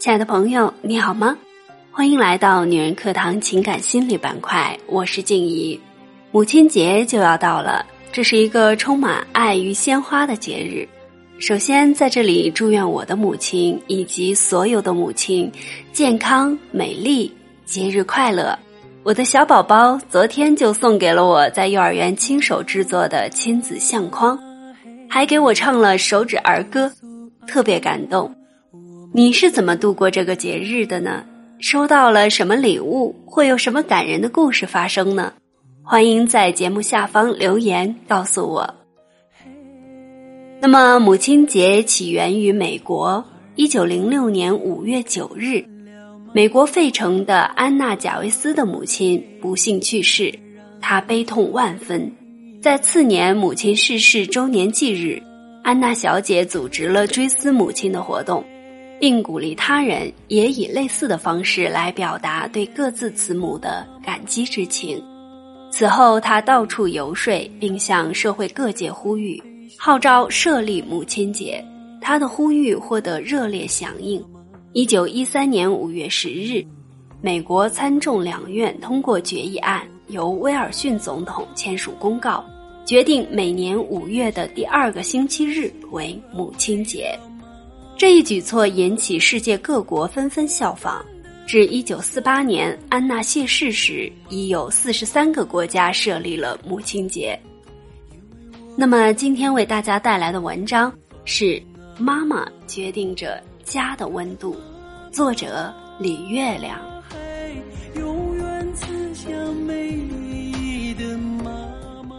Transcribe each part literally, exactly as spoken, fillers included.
亲爱的朋友，你好吗？欢迎来到女人课堂情感心理板块，我是静怡。母亲节就要到了，这是一个充满爱与鲜花的节日。首先在这里祝愿我的母亲以及所有的母亲健康美丽，节日快乐。我的小宝宝昨天就送给了我在幼儿园亲手制作的亲子相框，还给我唱了手指儿歌，特别感动。你是怎么度过这个节日的呢？收到了什么礼物？会有什么感人的故事发生呢？欢迎在节目下方留言告诉我。那么母亲节起源于美国，一九零六年五月九日，美国费城的安娜贾维斯的母亲不幸去世，她悲痛万分。在次年母亲逝世周年忌日，安娜小姐组织了追思母亲的活动，并鼓励他人也以类似的方式来表达对各自慈母的感激之情。此后她到处游说，并向社会各界呼吁，号召设立母亲节。她的呼吁获得热烈响应。一九一三年五月十日，美国参众两院通过决议案，由威尔逊总统签署公告，决定每年五月的第二个星期日为母亲节。这一举措引起世界各国纷纷效仿，至一九四八年安娜谢世时，已有四十三个国家设立了母亲节。那么今天为大家带来的文章是妈妈决定着家的温度，作者李月亮。 永远慈祥美丽的妈妈。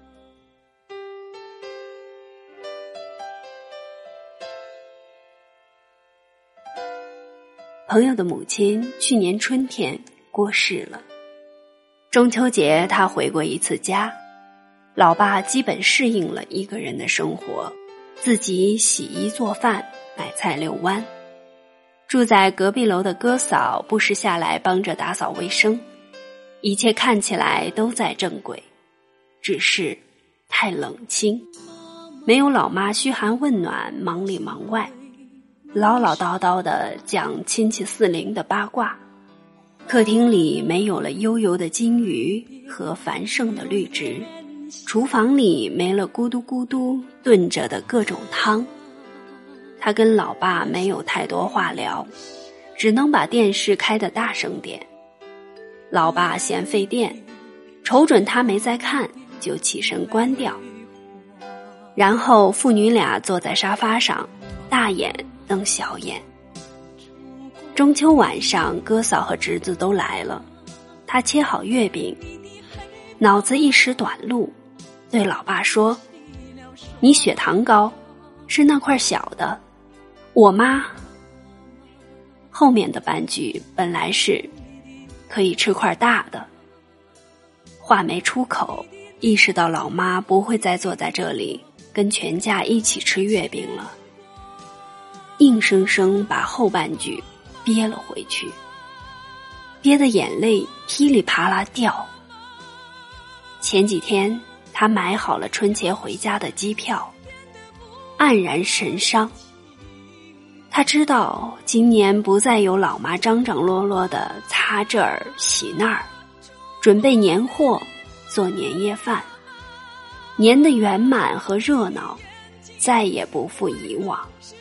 朋友的母亲去年春天过世了，中秋节他回过一次家，老爸基本适应了一个人的生活，自己洗衣做饭买菜遛弯。住在隔壁楼的哥嫂不时下来帮着打扫卫生，一切看起来都在正轨，只是太冷清，没有老妈嘘寒问暖忙里忙外，唠唠叨叨地讲亲戚四邻的八卦。客厅里没有了悠游的金鱼和繁盛的绿植，厨房里没了咕嘟咕嘟炖着的各种汤。他跟老爸没有太多话聊，只能把电视开得大声点。老爸嫌费电，瞅准他没在看，就起身关掉。然后父女俩坐在沙发上，大眼瞪小眼。中秋晚上，哥嫂和侄子都来了，他切好月饼，脑子一时短路，对老爸说：“你血糖高，是那块小的，我妈。”后面的半句本来是可以吃块大的，话没出口，意识到老妈不会再坐在这里跟全家一起吃月饼了，硬生生把后半句憋了回去，憋得眼泪噼里啪啦掉。前几天他买好了春节回家的机票，黯然神伤。他知道今年不再有老妈张张罗罗的擦这儿洗那儿，准备年货做年夜饭，年的圆满和热闹再也不复以往。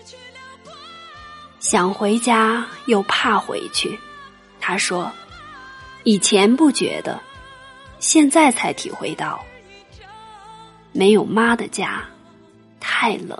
想回家又怕回去，他说：“以前不觉得，现在才体会到，没有妈的家太冷。”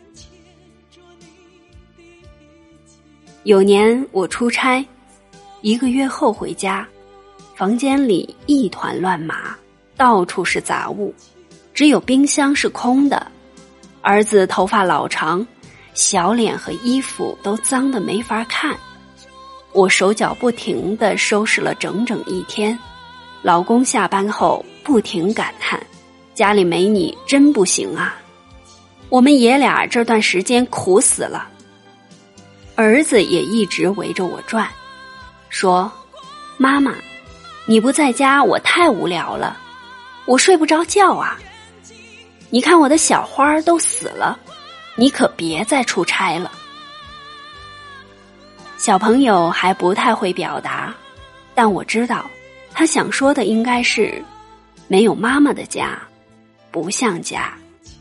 有年我出差，一个月后回家，房间里一团乱麻，到处是杂物，只有冰箱是空的。儿子头发老长，小脸和衣服都脏得没法看。我手脚不停地收拾了整整一天。老公下班后不停感叹：“家里没你真不行啊！我们爷俩这段时间苦死了。”儿子也一直围着我转，说：“妈妈，你不在家我太无聊了，我睡不着觉啊。你看我的小花都死了，你可别再出差了。” 小朋友还不太会表达，但我知道他想说的应该是，没有妈妈的家不像家。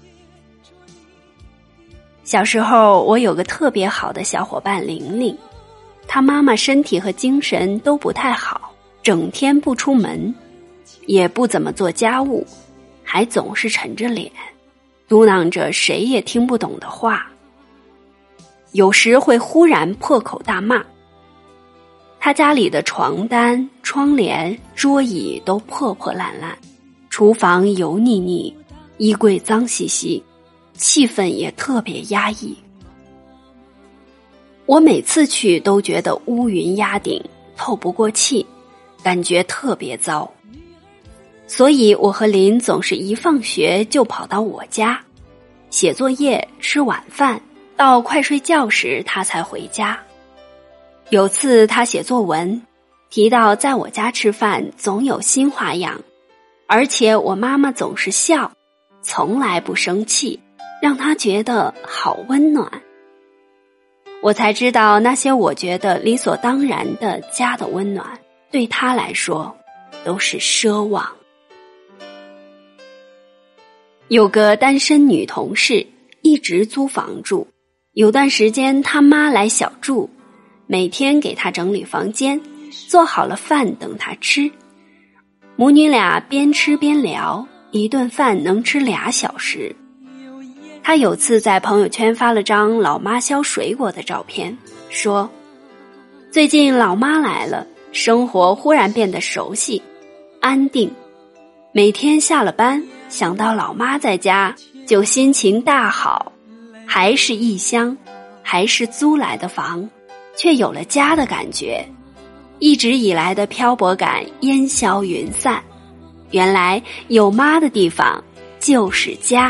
小时候我有个特别好的小伙伴玲玲，她妈妈身体和精神都不太好，整天不出门，也不怎么做家务，还总是沉着脸，嘟囔着谁也听不懂的话，有时会忽然破口大骂。她家里的床单、窗帘、桌椅都破破烂烂，厨房油腻腻，衣柜脏兮兮，气氛也特别压抑。我每次去都觉得乌云压顶，透不过气，感觉特别糟。所以我和林总是一放学就跑到我家，写作业、吃晚饭，到快睡觉时他才回家。有次他写作文，提到在我家吃饭总有新花样，而且我妈妈总是笑，从来不生气，让他觉得好温暖。我才知道那些我觉得理所当然的家的温暖，对他来说都是奢望。有个单身女同事一直租房住，有段时间她妈来小住，每天给她整理房间，做好了饭等她吃。母女俩边吃边聊，一顿饭能吃俩小时。她有次在朋友圈发了张老妈削水果的照片，说最近老妈来了，生活忽然变得熟悉安定，每天下了班想到老妈在家就心情大好，还是异乡，还是租来的房，却有了家的感觉，一直以来的漂泊感烟消云散，原来有妈的地方就是家。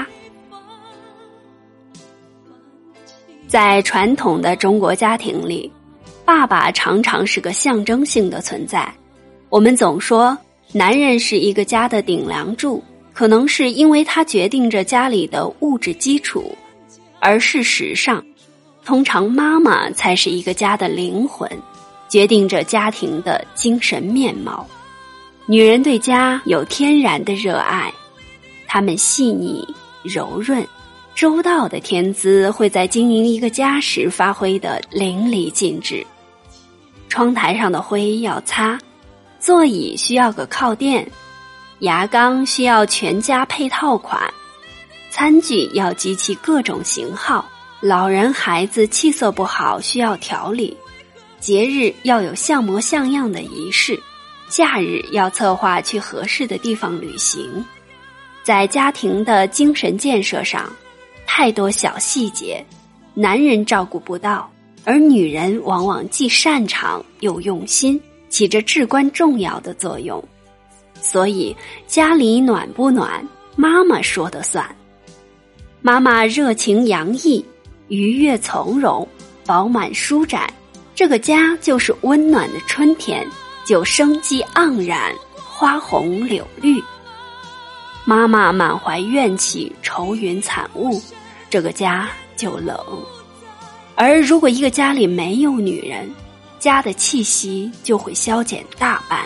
在传统的中国家庭里，爸爸常常是个象征性的存在。我们总说男人是一个家的顶梁柱，可能是因为他决定着家里的物质基础，而事实上通常妈妈才是一个家的灵魂，决定着家庭的精神面貌。女人对家有天然的热爱，她们细腻柔润，周到的天资会在经营一个家时发挥得淋漓尽致。窗台上的灰要擦，座椅需要个靠垫，牙缸需要全家配套款，餐具要集齐各种型号，老人孩子气色不好需要调理，节日要有像模像样的仪式，假日要策划去合适的地方旅行。在家庭的精神建设上，太多小细节，男人照顾不到，而女人往往既擅长又用心，起着至关重要的作用。所以家里暖不暖，妈妈说的算。妈妈热情洋溢，愉悦从容，饱满舒展，这个家就是温暖的春天，就生机盎然，花红柳绿。妈妈满怀怨气，愁云惨雾，这个家就冷。而如果一个家里没有女人，家的气息就会消减大半。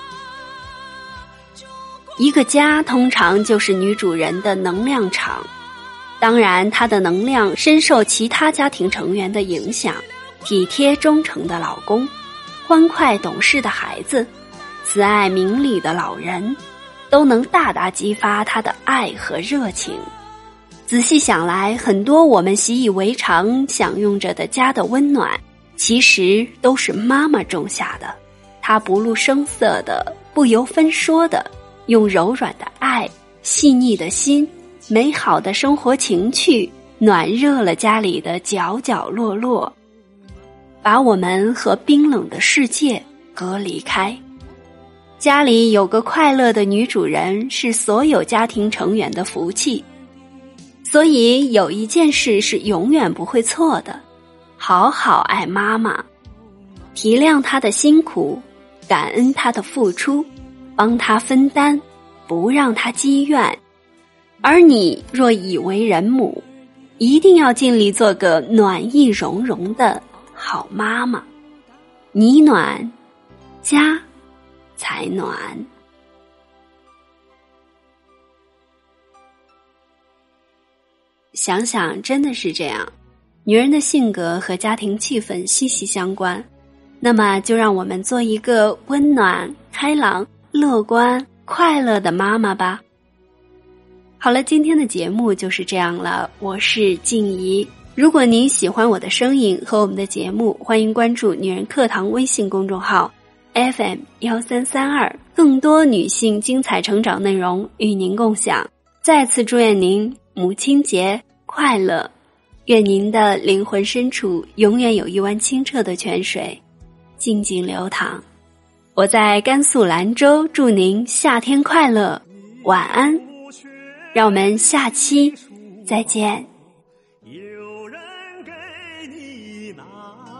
一个家通常就是女主人的能量场，当然她的能量深受其他家庭成员的影响，体贴忠诚的老公，欢快懂事的孩子，慈爱明理的老人，都能大大激发她的爱和热情。仔细想来，很多我们习以为常享用着的家的温暖，其实都是妈妈种下的。她不露声色的，不由分说的，用柔软的爱、细腻的心、美好的生活情趣，暖热了家里的角角落落，把我们和冰冷的世界隔离开。家里有个快乐的女主人，是所有家庭成员的福气。所以有一件事是永远不会错的，好好爱妈妈，体谅她的辛苦，感恩她的付出，帮她分担，不让她积怨。而你若已为人母，一定要尽力做个暖意融融的好妈妈。 你暖，家才暖。想想真的是这样，女人的性格和家庭气氛息息相关。那么就让我们做一个温暖、开朗、乐观、快乐的妈妈吧。好了，今天的节目就是这样了，我是静怡。如果您喜欢我的声音和我们的节目，欢迎关注女人课堂微信公众号 F M 一三三二，更多女性精彩成长内容与您共享。再次祝愿您母亲节快乐，愿您的灵魂深处永远有一湾清澈的泉水静静流淌。我在甘肃兰州，祝您夏天快乐，晚安，让我们下期再见。 有人给你拿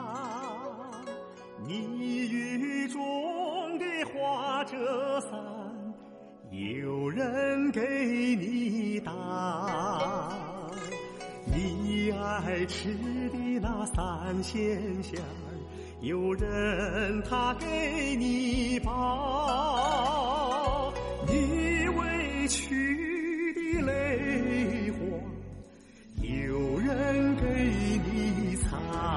你雨中的花遮伞，有人给你打你爱吃的那三鲜馅，有人他给你抱你委屈的泪花，有人给你擦。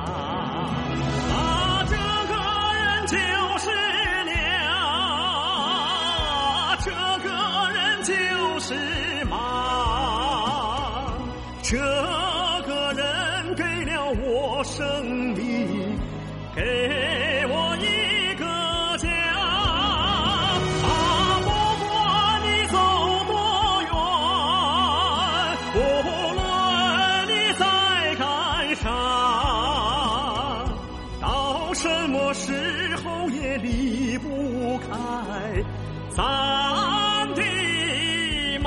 啊，这个人就是娘，这个人就是妈，这个人给了我生命，给我一个家。啊，不管你走多远，无论你在干啥，到什么时候也离不开咱的妈。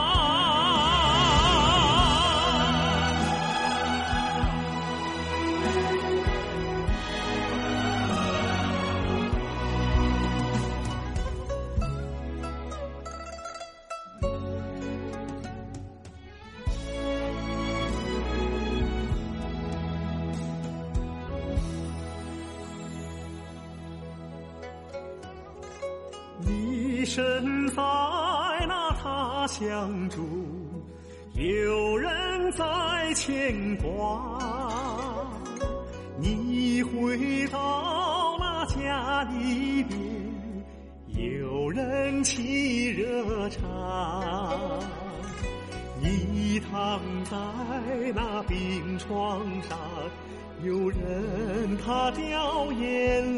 你身在那他乡住，有人在牵挂，你回到那家里边，有人沏热茶，你躺在那病床上，有人他掉眼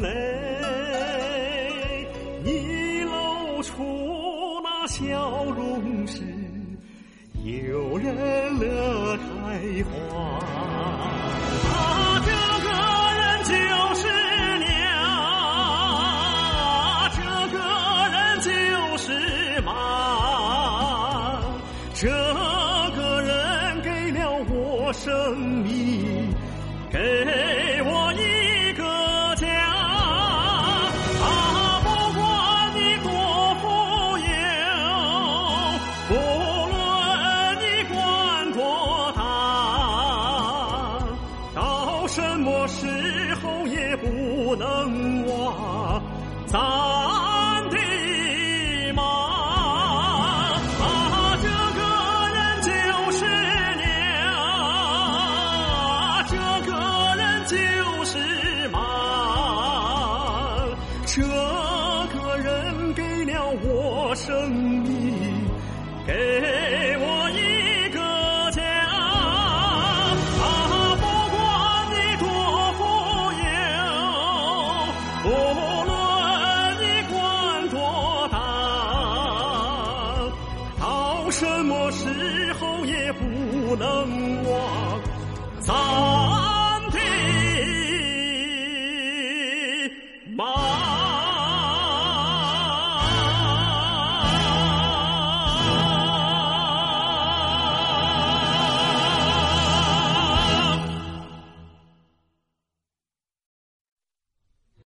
泪，你露出那笑容时，有人乐开花。啊，这个人就是娘，这个人就是妈，这个人给了我生命，给我一个家。啊，不管你多富有，不论你官多大，到什么时候也不能忘咱的妈。啊，这个人就是娘，这个人就是妈，这个人给了我生命，给我一个家。啊，不管你多富有，不论你官多大，到什么时候也不能忘咱